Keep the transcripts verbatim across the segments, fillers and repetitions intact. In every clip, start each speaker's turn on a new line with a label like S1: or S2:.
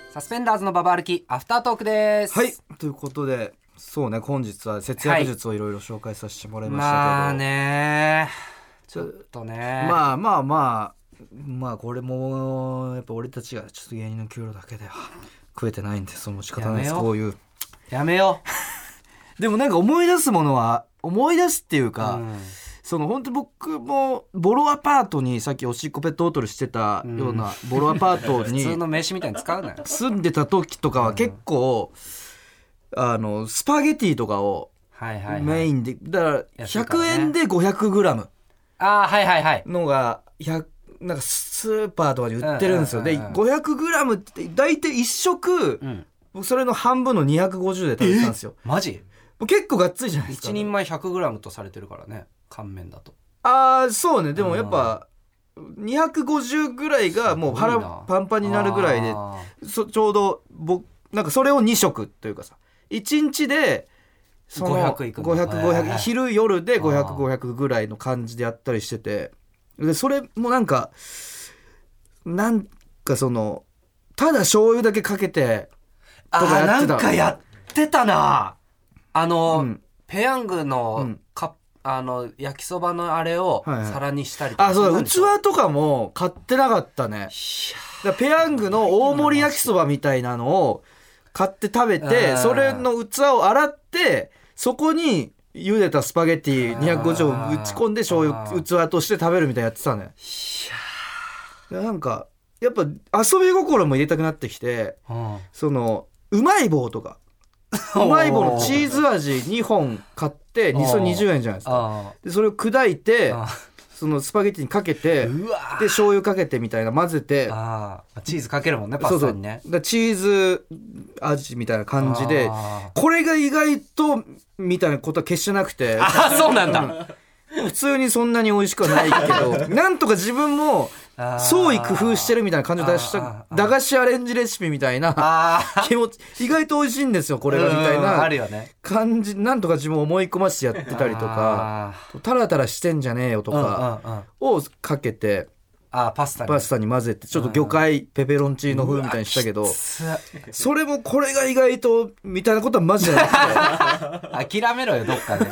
S1: サスペンダーズのババ歩きアフタートークです。
S2: はい、ということでそうね、本日は節約術をいろいろ紹介させてもらいましたけど、
S1: まあねちょっとね
S2: まあまあまあまあこれもやっぱ俺たちがちょっと芸人の給料だけでは食えてないんで、その仕方ないです。こういう
S1: やめよ
S2: うでもなんか思い出すものは思い出すっていうか、
S1: うん、
S2: その本当僕もボロアパートにさっきおしっこペットボトルしてたようなボロアパートに
S1: 普通の名刺みたいに使うなよ
S2: 住んでた時とかは結構、うん、あのスパゲティとかをメインで、はいはいはい、だからひゃくえんで ごひゃくグラム
S1: あーはいはいはい
S2: のがひゃくなんかスーパーとかで売ってるんですよ、うんうんうんうん、で ごひゃくグラム って大体いっ食、うん、それの半分のにひゃくごじゅうで食べてたんですよ。
S1: マジ？
S2: 結構がっつりじゃないですか。
S1: いちにんまえ ひゃくグラム とされてるからね、乾麺だと。
S2: ああそうね、でもやっぱにひゃくごじゅうぐらいがもう腹パンパンになるぐらいで、そちょうど僕なんかそれをに食というかさ、いちにちでそのごひゃくいくごひゃく、ごひゃく昼夜でごひゃく、ごひゃくぐらいの感じでやったりしてて、でそれもなんかなんかそのただ醤油だけかけてとかやってた。
S1: あなんかやってたなあの、うん、ペヤングのカップ、うん、あの焼きそばのあれを皿にしたりとか、
S2: はいはい、あそうだ、器とかも買ってなかったね。だペヤングの大盛り焼きそばみたいなのを買って食べて、それの器を洗ってそこに茹でたスパゲティにひゃくごじゅうを打ち込んで醤油器として食べるみたいなやってたね。いやなんかやっぱ遊び心も入れたくなってきて、そのうまい棒とかうまい棒のチーズ味にほん買ってにひゃくにじゅうえんじゃないですか。でそれを砕いてそのスパゲッティにかけて、で醤油かけてみたいな混ぜて、
S1: あチーズかけるもんねパスタにね。
S2: そうそうチーズ味みたいな感じで、これが意外とみたいなことは決してなくて、
S1: あそうなんだ
S2: 普通にそんなに美味しくはないけどなんとか自分も創意工夫してるみたいな感じを出した駄菓子アレンジレシピみたいな気持ち、意外と美味しいんですよこれがみたいな感じ、なんとか自分を思い込ませてやってたりとか、タラタラしてんじゃねえよとかをかけて、
S1: あパスタに
S2: パスタに混ぜてちょっと魚介ペペロンチーノ風みたいにしたけど、それもこれが意外とみたいなことはマジでな
S1: くて諦めろよどっかで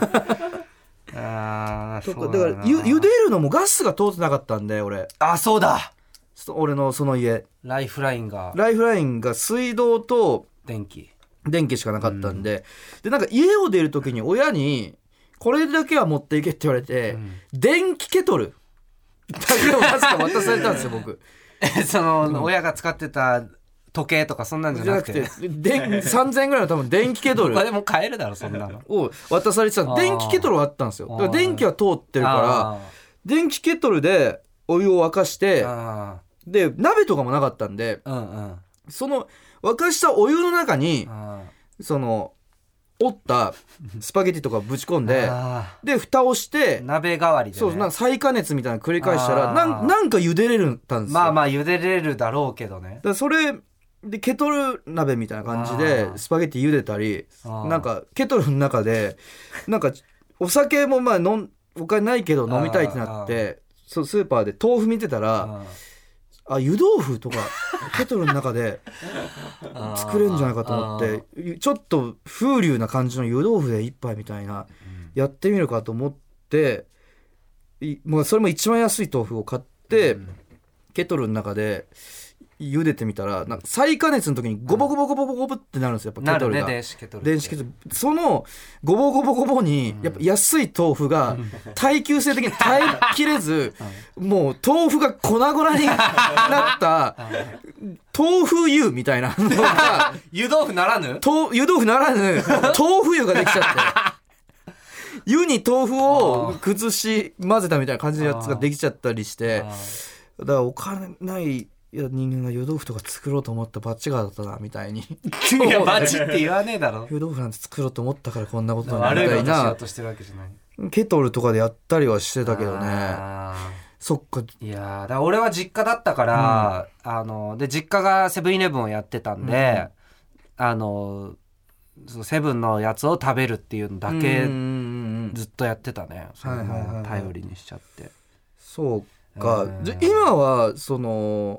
S2: あとかだからゆ茹でるのもガスが通ってなかったんで俺。
S1: あそうだ、
S2: 俺のその家
S1: ライフラインが
S2: ライフラインが水道と
S1: 電気
S2: 電気しかなかったんで、うん、でなんか家を出る時に親にこれだけは持っていけって言われて、うん、電気ケトルだけをなぜか渡されたんですよ僕
S1: その、うん、親が使ってた時計とかそんなんじゃなくて
S2: でさんぜんえんぐらいの多分電気ケトル
S1: これも買えるだろそんなの
S2: を渡されてた。電気ケトルはあったんですよ。だから電気は通ってるから電気ケトルでお湯を沸かして、で鍋とかもなかったんで、うんうん、その沸かしたお湯の中にその折ったスパゲティとかぶち込んでで蓋をして
S1: 鍋代わりで、ね、
S2: そうなんか再加熱みたいなの繰り返したらなんなんか茹でれるたんですよ。
S1: まあまあ茹でれるだろうけどね。
S2: だからそれでケトル鍋みたいな感じでスパゲティ茹でたり、なんかケトルの中でなんかお酒もまあ飲んお金ないけど飲みたいってなって、そうスーパーで豆腐見てたら、あ湯豆腐とかケトルの中で作れるんじゃないかと思ってちょっと風流な感じの湯豆腐で一杯みたいなやってみるかと思って、もうそれも一番安い豆腐を買ってケトルの中で茹でてみたらなんか再加熱の時にゴボゴボゴボゴボってなるんですよ。やっぱケトルが、
S1: なるね、電子ケトル
S2: 電子ケトルそのゴボゴボゴボにやっぱ安い豆腐が耐久性的に耐えきれずもう豆腐が粉々になった豆腐湯みたいなのが
S1: 湯豆腐ならぬ
S2: 湯豆腐ならぬ豆腐湯ができちゃって湯に豆腐を崩し混ぜたみたいな感じのやつができちゃったりして、だからお金ないいや人間が湯豆腐とか作ろうと思ったバチがだったなみたいに
S1: いやバチって言わねえだろ
S2: 湯豆腐なんて作ろうと思ったからこんなことになるみたいな
S1: 悪いことしようとしてるわけじゃない。
S2: ケトルとかでやったりはしてたけどね。そっか。
S1: いやだから俺は実家だったから、うん、あので実家がセブンイレブンをやってたんで、うん、あのセブンのやつを食べるっていうのだけずっとやってたね。それも頼りにしちゃって。
S2: そうか。じゃ今はその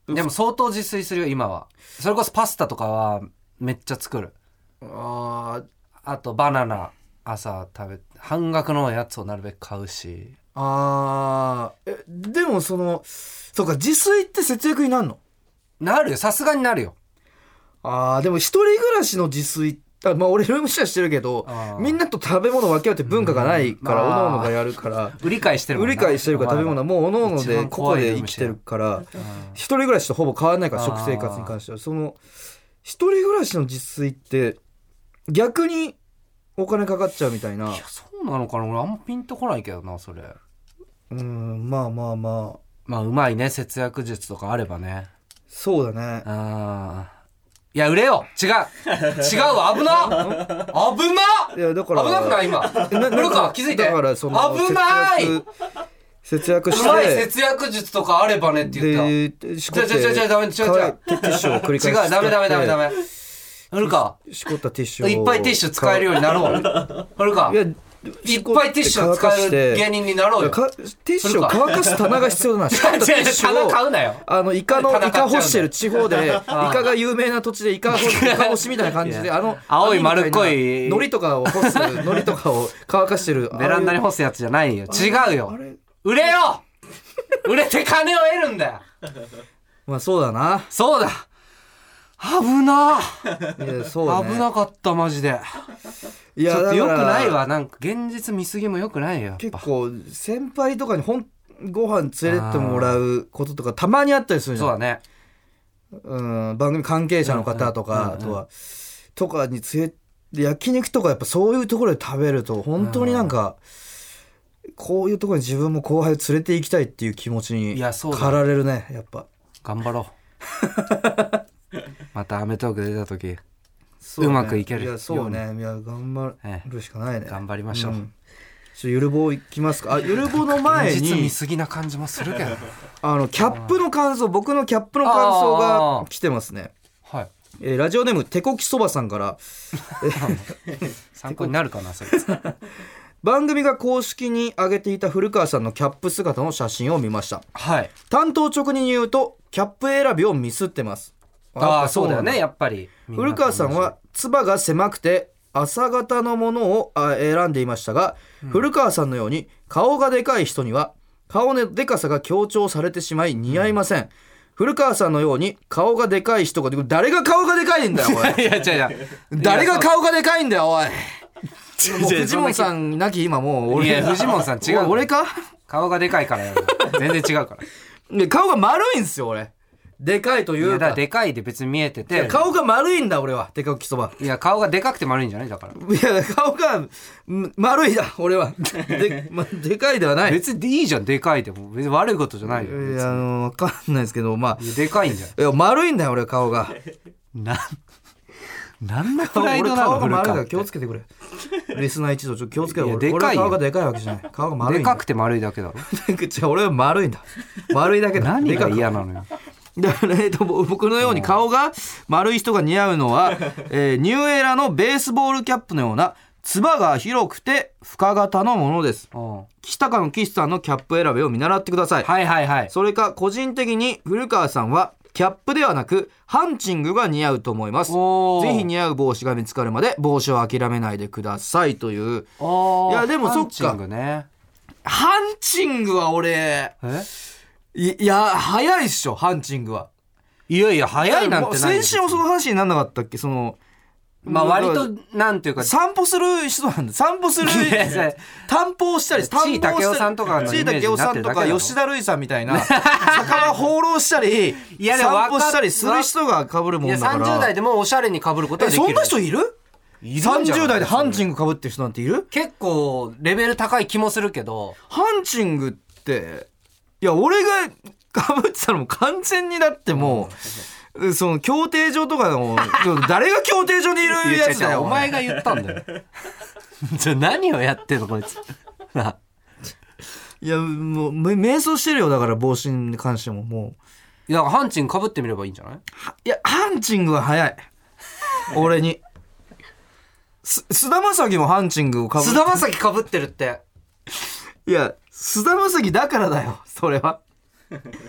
S1: でも相当自炊するよ今は。それこそパスタとかはめっちゃ作る。
S2: あ
S1: あとバナナ朝食べ半額のやつをなるべく買うし。
S2: あーえでもそのそうか自炊って節約になるの？
S1: なるよさすがになるよ。
S2: あーでも一人暮らしの自炊あまあ俺ルームシェアしてるけどみんなと食べ物分け合うって文化がないから、うんまあ、おのおのがやるから
S1: 売り買いしてるもん
S2: 売り買いしてるから食べ物はもうおのおのでここで生きてるから一人暮らしとほぼ変わらないから食生活に関してはその一人暮らしの自炊って逆にお金かかっちゃうみたいな。いや
S1: そうなのかな俺あんまピンとこないけどなそれ。
S2: うんまあまあまあ
S1: まあうまいね節約術とかあればね。
S2: そうだね。
S1: あいや売れよ違う違うわ危な危ない
S2: やだから
S1: 危なくない今なんか気づいて
S2: だからその
S1: 危ない
S2: 節約して
S1: うまい節約術とかあればねって言った
S2: で
S1: じゃじゃじゃじゃダメ違う違う
S2: ティッシュを繰り返して
S1: 違うダメダメダメダメはるか
S2: しこったティッシュを
S1: いっぱいティッシュ使えるようになろうはるか
S2: いや
S1: いっぱいティッシュを使える芸人になろうよ。
S2: ティッシュを乾かす棚が必要だな。しかもティッシュを
S1: 買うなよ。
S2: あのイカのイカ干してる地方でイカが有名な土地でイカ干しイカ干しみたいな感じであの
S1: 青い丸っこい
S2: 海苔とかを干す海苔とかを乾かしてる
S1: ベランダに干すやつじゃないよ。違うよ。売れよ。売れて金を得るんだよ。
S2: まあそうだな。
S1: そうだ。危な。
S2: いやそうね。
S1: 危なかったマジで。いやちょっと良くないわなんか現実見過ぎも良くないよ。
S2: 結構先輩とかにほんご飯連れてってもらうこととかたまにあったりするじゃん。
S1: そうだね。
S2: うん番組関係者の方とかとはとかに連れて焼肉とかやっぱそういうところで食べると本当になんかこういうところに自分も後輩を連れて行きたいっていう気持ちに駆られるねやっぱ。
S1: 頑張ろう。またアメトーク出た時うまくいけるように。
S2: いやそうねいや頑張るしかないね。
S1: 頑張りましょう。うん、
S2: ちょゆるぼういきますか。あゆるぼうの前に
S1: 現実見過ぎな感じもするけど
S2: あのキャップの感想僕のキャップの感想が来てますね。
S1: はい、
S2: えー、ラジオネーム手こきそばさんから
S1: 参考になるかなそれ
S2: 番組が公式に上げていた古川さんのキャップ姿の写真を見ました。
S1: はい、
S2: 担当直に言うとキャップ選びをミスってます。
S1: ああそうだよねやっぱり。
S2: 古川さんはつばが狭くて朝型のものを選んでいましたが、うん、古川さんのように顔がでかい人には顔のでかさが強調されてしまい似合いません、うん、古川さんのように顔がでかい人が誰が顔がでかいんだよおい
S1: いや違う違う
S2: 誰が顔がでかいんだよおいもうフジモンさんなき今もう俺
S1: いやフジモンさん違う
S2: 俺か
S1: 顔がでかいからやる全然違うから
S2: 顔が丸いんですよ俺でかいというか、いやだ
S1: でかいで別に見えてて
S2: 顔が丸いんだ俺はでかくきそば。
S1: いや顔がでかくて丸いんじゃないだから。
S2: いや顔が丸いだ俺は で,、ま、でかいではない。
S1: 別にいいじゃんでかいでも別に悪いことじゃないよ。
S2: いやあの分かんないですけどまあ
S1: でかいんじゃん。い
S2: や丸いんだよ俺顔が
S1: ななんだプライドなの。
S2: 俺顔が丸いから気をつけてくれリスナー一同ちょっと気をつけて。俺は顔がでかいわけじゃない。顔が丸いんだ。
S1: でかくて丸いだけだろ
S2: 違う俺は丸いんだ丸いだけだ。
S1: 何が嫌なのよ
S2: だから、えー、と僕のように顔が丸い人が似合うのは、えー、ニューエラのベースボールキャップのようなつばが広くて深型のものです。岸高の岸さんのキャップ選びを見習ってください。
S1: はいはいはい。
S2: それか個人的に古川さんはキャップではなくハンチングが似合うと思います。ぜひ似合う帽子が見つかるまで帽子を諦めないでくださいという。いやでもそっかハンチングね。ハンチングは俺えい, いや早いっしょハンチングは。
S1: いやいや早いなんてない。
S2: 先週もその話になんなかったっけ。その
S1: まあ割となんていうか
S2: 散歩する人なんだ。散歩する探訪したり
S1: 地井武雄さんとかのイメージになってるだけだろ。
S2: 吉田類さんみたいな魚放浪したりいや散歩したりする人が被るもんだから。いや
S1: さんじゅう代でもおしゃれに被ることはできる。
S2: そんな人いるいるんじゃない？さんじゅう代でハンチング被ってる人なんている？
S1: 結構レベル高い気もするけど。
S2: ハンチングっていや俺が被ってたのも完全にだってもう、うん、その競艇場とかの誰が競艇場にいるやつだよ。
S1: お前が言ったんだよじゃあ何をやってんのこいつ
S2: いやもう迷走してるよ。だから帽子に関してもも
S1: ういやハンチング被ってみればいいんじゃない？
S2: いやハンチングは早い俺に菅田将暉もハンチングを被って
S1: 菅田将暉被ってるって
S2: いや菅田将暉だからだよそれは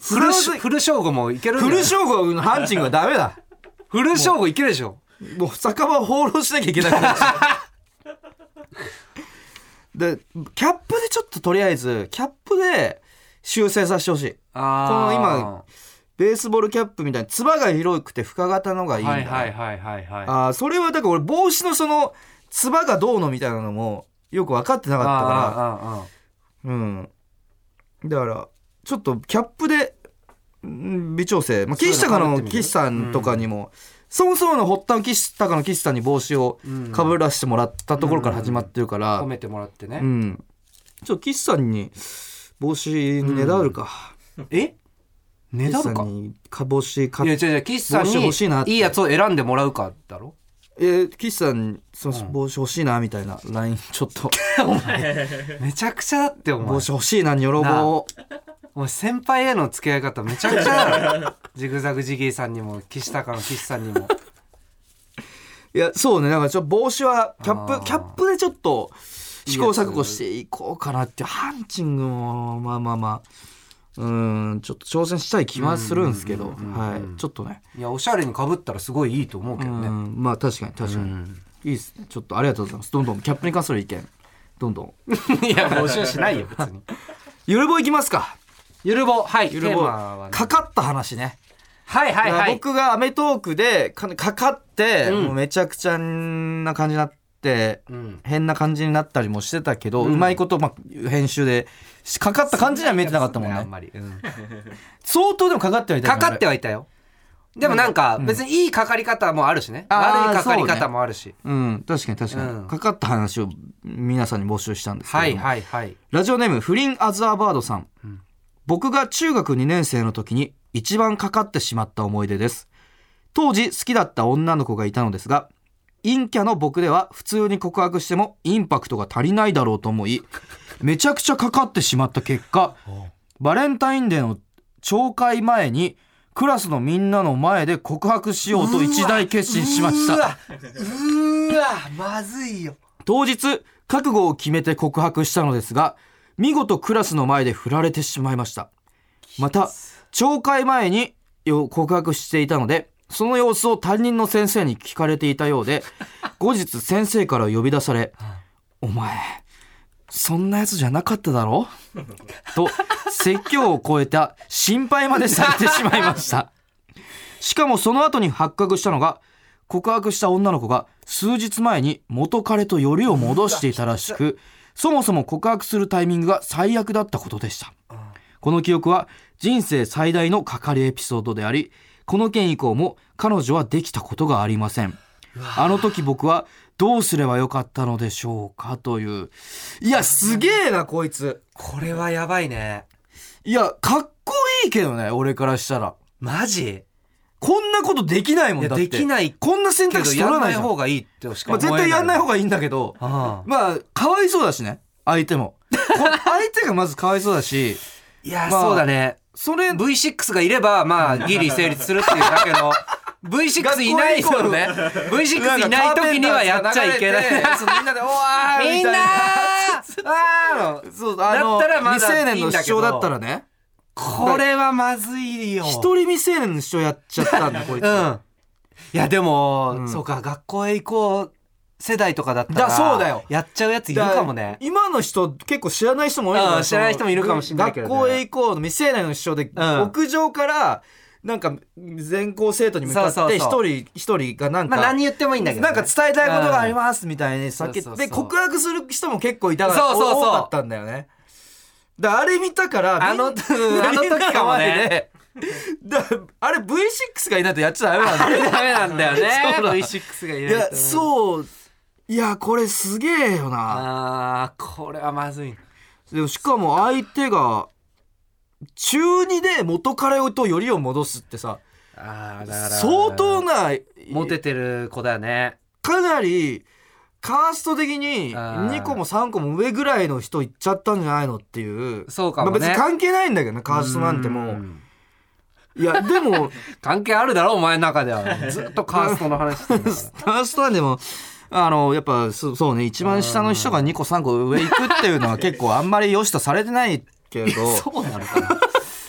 S1: フルシフルショーゴもいけるんだよ、
S2: フルショーゴのハンチングはダメだ。
S1: フルショーゴいけるでしょ。
S2: もう酒場を放浪しなきゃいけなくなっちゃうでキャップでちょっととりあえずキャップで修正させてほしい。
S1: あ
S2: この今ベースボールキャップみたいにつばが広くて深型のがいいんだ、
S1: はいはいはいはいはい。
S2: あそれはだから俺帽子のそのつばがどうのみたいなのもよく分かってなかったからうんだからちょっとキャップで微調整、まあ、岸高の岸さんとかにも、うん、そもそもの発端岸高の岸さんに帽子をかぶらせてもらったところから始まってるから、
S1: うんうん、褒めてもらってね、
S2: うん、ちょっと岸さんに帽子にねだるか、
S1: うん、えねだるか
S2: 岸さんに帽子買っ
S1: いや違う違う岸さんに
S2: 欲しいなって
S1: いいやつを選んでもらうかだろ。
S2: えー、岸さんにその帽子欲しいなみたいな ライン ちょっと
S1: お前めちゃくちゃだってお前
S2: 帽子欲しいなにょろぼ
S1: お前先輩への付き合い方めちゃくちゃだろジグザグジギーさんにも岸高の岸さんにも
S2: いやそうねだからちょっと帽子はキャップキャップでちょっと試行錯誤していこうかなってハンチングもまあまあまあうーんちょっと挑戦したい気はするんですけど、はいちょっとね
S1: いやおしゃれに被ったらすごいいいと思うけどね。
S2: うんまあ確かに確かに、うん、いいですねちょっとありがとうございます。どんどんキャップに関する意見どんどん
S1: いや募集しないよ別に
S2: ゆるぼいきますか。
S1: ゆるぼはい
S2: ゆるぼ、ね、かかった話ね。
S1: はいはいはい
S2: 僕がアメトークでか, かかって、うん、もうめちゃくちゃな感じになって、うん、変な感じになったりもしてたけど、うん、うまいこと、まあ、編集でかかった感じには見えてなかったもんねあんまり、うん、相当でもかかってはいたよ
S1: かかってはいたよ。でもなんか別にいいかかり方もあるしね、うん、悪いかかり方もあるし う,、ね、うん
S2: 確かに確かに、うん、かかった話を皆さんに募集したんですけど、
S1: はいはいはい、
S2: ラジオネームフリンアザーバードさん、うん、僕が中学にねん生の時に一番かかってしまった思い出です。当時好きだった女の子がいたのですが陰キャの僕では普通に告白してもインパクトが足りないだろうと思いめちゃくちゃかかってしまった結果バレンタインデーの朝会前にクラスのみんなの前で告白しようと一大決心しました。うわ
S1: うわまずいよ。
S2: 当日覚悟を決めて告白したのですが見事クラスの前で振られてしまいました。また朝会前に告白していたのでその様子を担任の先生に聞かれていたようで後日先生から呼び出されお前そんなやつじゃなかっただろと説教を超えた心配までされてしまいましたしかもその後に発覚したのが告白した女の子が数日前に元彼とよりを戻していたらしくそもそも告白するタイミングが最悪だったことでした。この記憶は人生最大のかかりエピソードでありこの件以降も彼女はできたことがありません。あの時僕はどうすればよかったのでしょうかという。いやすげえなこいつ。
S1: これはやばいね。
S2: いやかっこいいけどね俺からしたら。
S1: マジ
S2: こんなことできないもん。だって
S1: できない
S2: こんな選択肢取らないじゃん。
S1: やんない方がいいってしか
S2: 思えない、まあ、絶対やんない方がいいんだけどああまあかわいそうだしね相手も相手がまずかわいそうだし
S1: いや、まあ、そうだねそれ ブイシックス がいればまあギリ成立するっていうだけのブイシックス いないのねブイシックス いない時にはやっちゃいけない
S2: みんなでおわーみたいなあーそうあのだったらまだ未成年の主張だったらね
S1: これはまずいよ。
S2: 一人未成年の主張やっちゃったんだこいつ、うん、
S1: いやでも、うん、そうか学校へ行こう世代とかだったら
S2: だそうだよ
S1: やっちゃうやついるかもね。
S2: 今の人結構知らない人も多いから
S1: 知らない人もいるかもしれないけど、ね、
S2: 学校へ行こうの未成年の主張で、うん、屋上からなんか全校生徒に向かって一人一人がなんか、
S1: まあ、何言ってもいいんだけど、ね、
S2: なんか伝えたいことがありますみたいに叫んで告白する人も結構いたから多かったんだよね。だあれ見たから
S1: あのあの時かもね
S2: だあれ ブイシックス がいないとやっちゃダメなんだよ
S1: ダメなんだよねブイシックス がいないと。
S2: いやそういやこれすげえよな
S1: あーこれはまずい。
S2: でもしかも相手が中にで元彼とよりを戻すってさあだから相当な
S1: モテてる子だよね。
S2: かなりカースト的ににこもさんこも上ぐらいの人いっちゃったんじゃないのっていう。
S1: そうかもね、
S2: まあ、別に関係ないんだけどねカーストなんてもういやでも
S1: 関係あるだろお前の中ではずっとカーストの話してるから
S2: カーストなんでもあのやっぱ そ, そうね一番下の人がにこさんこ上行くっていうのは結構あんまり良しとされてないけど
S1: そうなのかな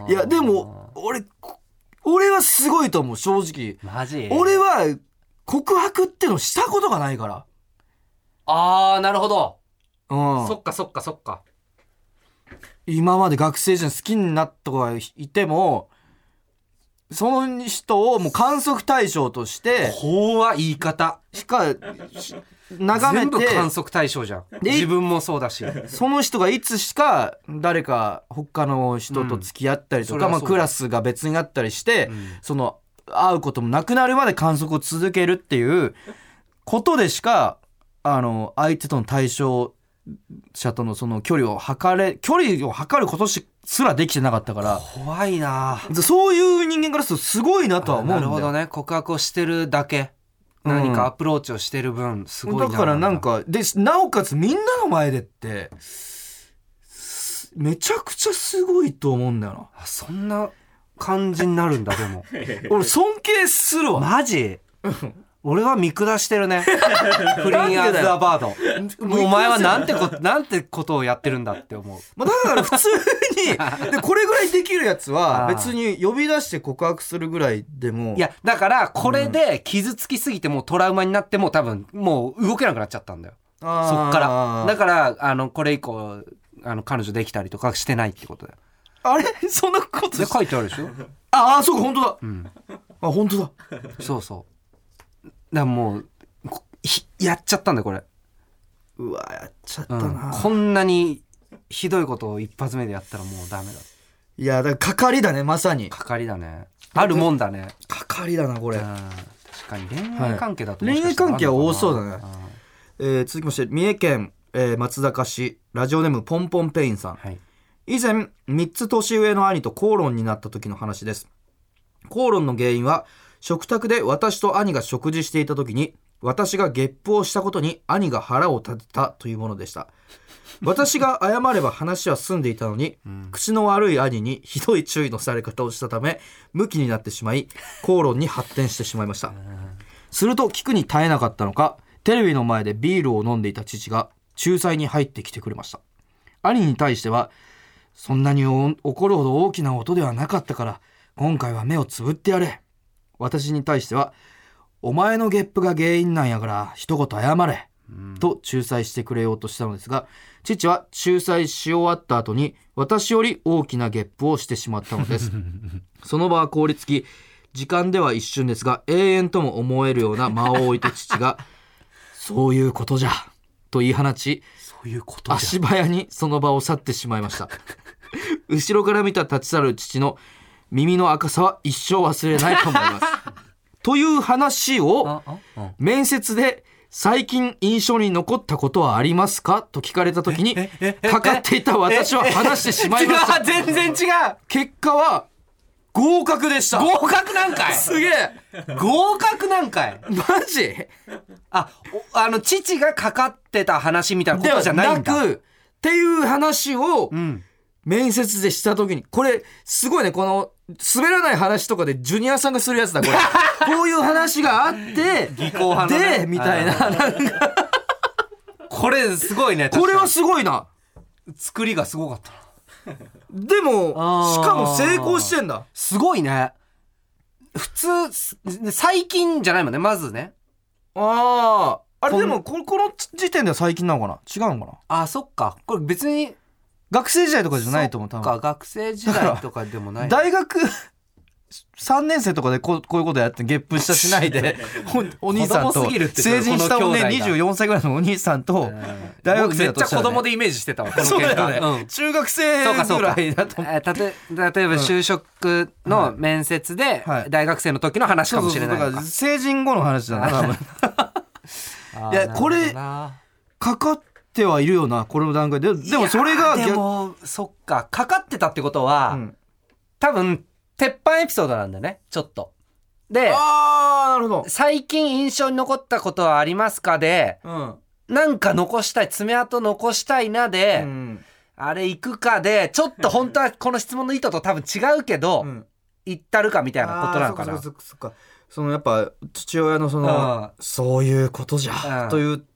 S2: いやでも俺俺はすごいと思う正直。
S1: マジ？
S2: 俺は告白ってのしたことがないから。
S1: あーなるほど、
S2: うん、
S1: そっかそっかそっか。
S2: 今まで学生時代好きになった子がいてもその人をもう観測対象として
S1: 怖い言い方
S2: しか眺めて、
S1: 全部観測対象じゃん。自分もそうだし、
S2: その人がいつしか誰か他の人と付き合ったりとか、うん、まあ、クラスが別になったりして、うん、その会うこともなくなるまで観測を続けるっていうことでしかあの相手との対象者とのその距離を測れ距離を測ることすらできてなかったから。
S1: 怖いな。
S2: そういう人間からするとすごいなとは思うんだよ。
S1: なるほどね。告白をしてるだけ、何かアプローチをしてる分すごいな。
S2: だからなんかでなおかつみんなの前でってめちゃくちゃすごいと思うんだよな。
S1: あ、そんな感じになるんだ。でも
S2: 俺尊敬するわ。
S1: マジ俺は見下してるねフリーアズアバードお前はなんてこなんてことをやってるんだって思う、
S2: まあ、だから普通にでこれぐらいできるやつは別に呼び出して告白するぐらいでも。
S1: いやだからこれで傷つきすぎてもうトラウマになっても多分もう動けなくなっちゃったんだよ、そっからだからあのこれ以降あの彼女できたりとかしてないってことだよ。
S2: あれそんなこと
S1: で書いてあるでしょ
S2: ああそうか本当だ、
S1: うん、
S2: あ本当だ
S1: そうそうだからもうやっちゃったんだよこれ。
S2: うわやっちゃったな、
S1: うん、こんなにひどいことを一発目でやったらもうダメだ。
S2: いやだからかかりだねまさに。
S1: かかりだね。あるもんだね。
S2: かかりだなこれ、うん、
S1: 確かに恋愛関係だと、
S2: はい、恋愛関係は多そうだね、えー、続きまして三重県、えー、松坂市ラジオネームポンポンペインさん、はい、以前みっつ年上の兄と口論になった時の話です。口論の原因は食卓で私と兄が食事していた時に私がゲップをしたことに兄が腹を立てたというものでした。私が謝れば話は済んでいたのに、うん、口の悪い兄にひどい注意のされ方をしたためムキになってしまい口論に発展してしまいました。すると聞くに耐えなかったのかテレビの前でビールを飲んでいた父が仲裁に入ってきてくれました。兄に対してはそんなに怒るほど大きな音ではなかったから今回は目をつぶってやれ。私に対してはお前のゲップが原因なんやから一言謝れ、うん、と仲裁してくれようとしたのですが父は仲裁し終わった後に私より大きなゲップをしてしまったのですその場は凍りつき時間では一瞬ですが永遠とも思えるような間を置いて父がそういうことじゃと言い放ち
S1: そういうことじゃ
S2: 足早にその場を去ってしまいました後ろから見た立ち去る父の耳の赤さは一生忘れないと思いますという話を面接で最近印象に残ったことはありますかと聞かれた時にかかっていた私は話してしまいました。
S1: 全然違う。
S2: 結果は合格でした。
S1: 合格なんかい
S2: すげえ
S1: 合格なんかい
S2: マジ
S1: ああの父がかかってた話みたいなことじゃないんだ。
S2: ではなくっていう話を、
S1: うん
S2: 面接でした時にこれすごいねこの滑らない話とかでジュニアさんがするやつだこれこういう話があって
S1: 技巧派の、ね、
S2: でみたいななんか
S1: これすごいね。
S2: これはすごいな
S1: 作りがすごかったな
S2: でもしかも成功してんだ。
S1: すごいね。普通最近じゃないもんねまずね。
S2: あああれでもここの時点では最近なのかな違うのかな。
S1: あそっかこれ別に
S2: 学生時代とかじゃないと思う。多分
S1: そっか学生時代とかでもない
S2: 大学さんねん生とかでこう、こういうことやってゲップしたしないでお兄さんと成人したおねにじゅうよんさいぐらいのお兄さんと大学生だとしたら、ね、めっちゃ
S1: 子供でイメージしてたわこの
S2: そうだよね、うん、中学生ぐらいだと
S1: 例えば就職の面接で大学生の時の話かもしれないのか、
S2: そうそうそう成人後の話だな多分いやこれかかってはいるよなこれの段階で。でもそれが
S1: でもそっかかかってたってことは、うん、多分鉄板エピソードなんだよねちょっとで。
S2: あーなるほど。
S1: 最近印象に残ったことはありますかで、うん、なんか残したい爪痕残したいなで、うん、あれ行くかでちょっと本当はこの質問の意図と多分違うけど、うん、行ったるかみたいなことなのかな。
S2: そっかそっかそっかそのやっぱ父親のそのそういうことじゃという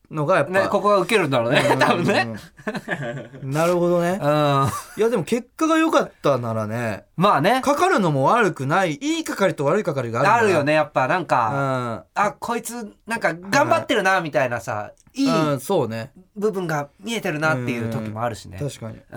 S2: のがやっぱ、
S1: ね、ここが受けるんだろうね多分ね、
S2: うん、なるほどね、
S1: うん、
S2: いやでも結果が良かったならね、
S1: まあね、
S2: かかるのも悪くない、いいかかりと悪いかかりがあるんだ
S1: あるよね、やっぱなんか、うん、あこいつなんか頑張ってるなみたいなさ、いい部分が見えてるなっていう時もあるしね、
S2: 確かに、
S1: うん、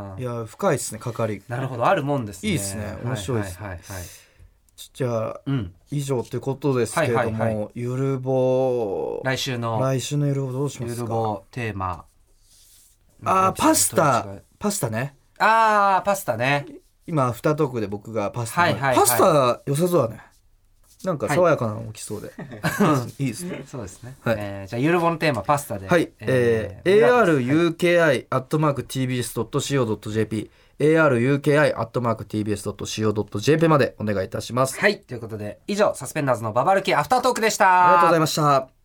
S2: いや深いですね、かかり。
S1: なるほど、あるもんですね。
S2: いいですね、面白いです、
S1: はいはいはいはい、
S2: じゃあ、うん、以上ということですけれども、はいはいはい、ゆるぼ
S1: 来週の
S2: 来週のゆるぼどうしますか。
S1: ゆるぼテーマ、
S2: あーパスタパスタね、
S1: あーパスタね、
S2: 今アフタートークで僕がパスタ、
S1: はいはいはい、
S2: パスタ良さそうだね、なんか爽やかなのもきそうで、はい、いいですね
S1: そうですね、はい、えー、じゃあゆるぼのテーマパスタで、
S2: はい、えー、エーアールユーケーアイ アットマーク ティービーエス ドット シーオー ドット ジェーピーエーアールユーケーアイ アットマーク ティービーエス ドット シーオー ドット ジェーピー までお願いいたします。
S1: はい、ということで以上サスペンダーズのババ歩きアフタートークでした。
S2: ありがとうございました。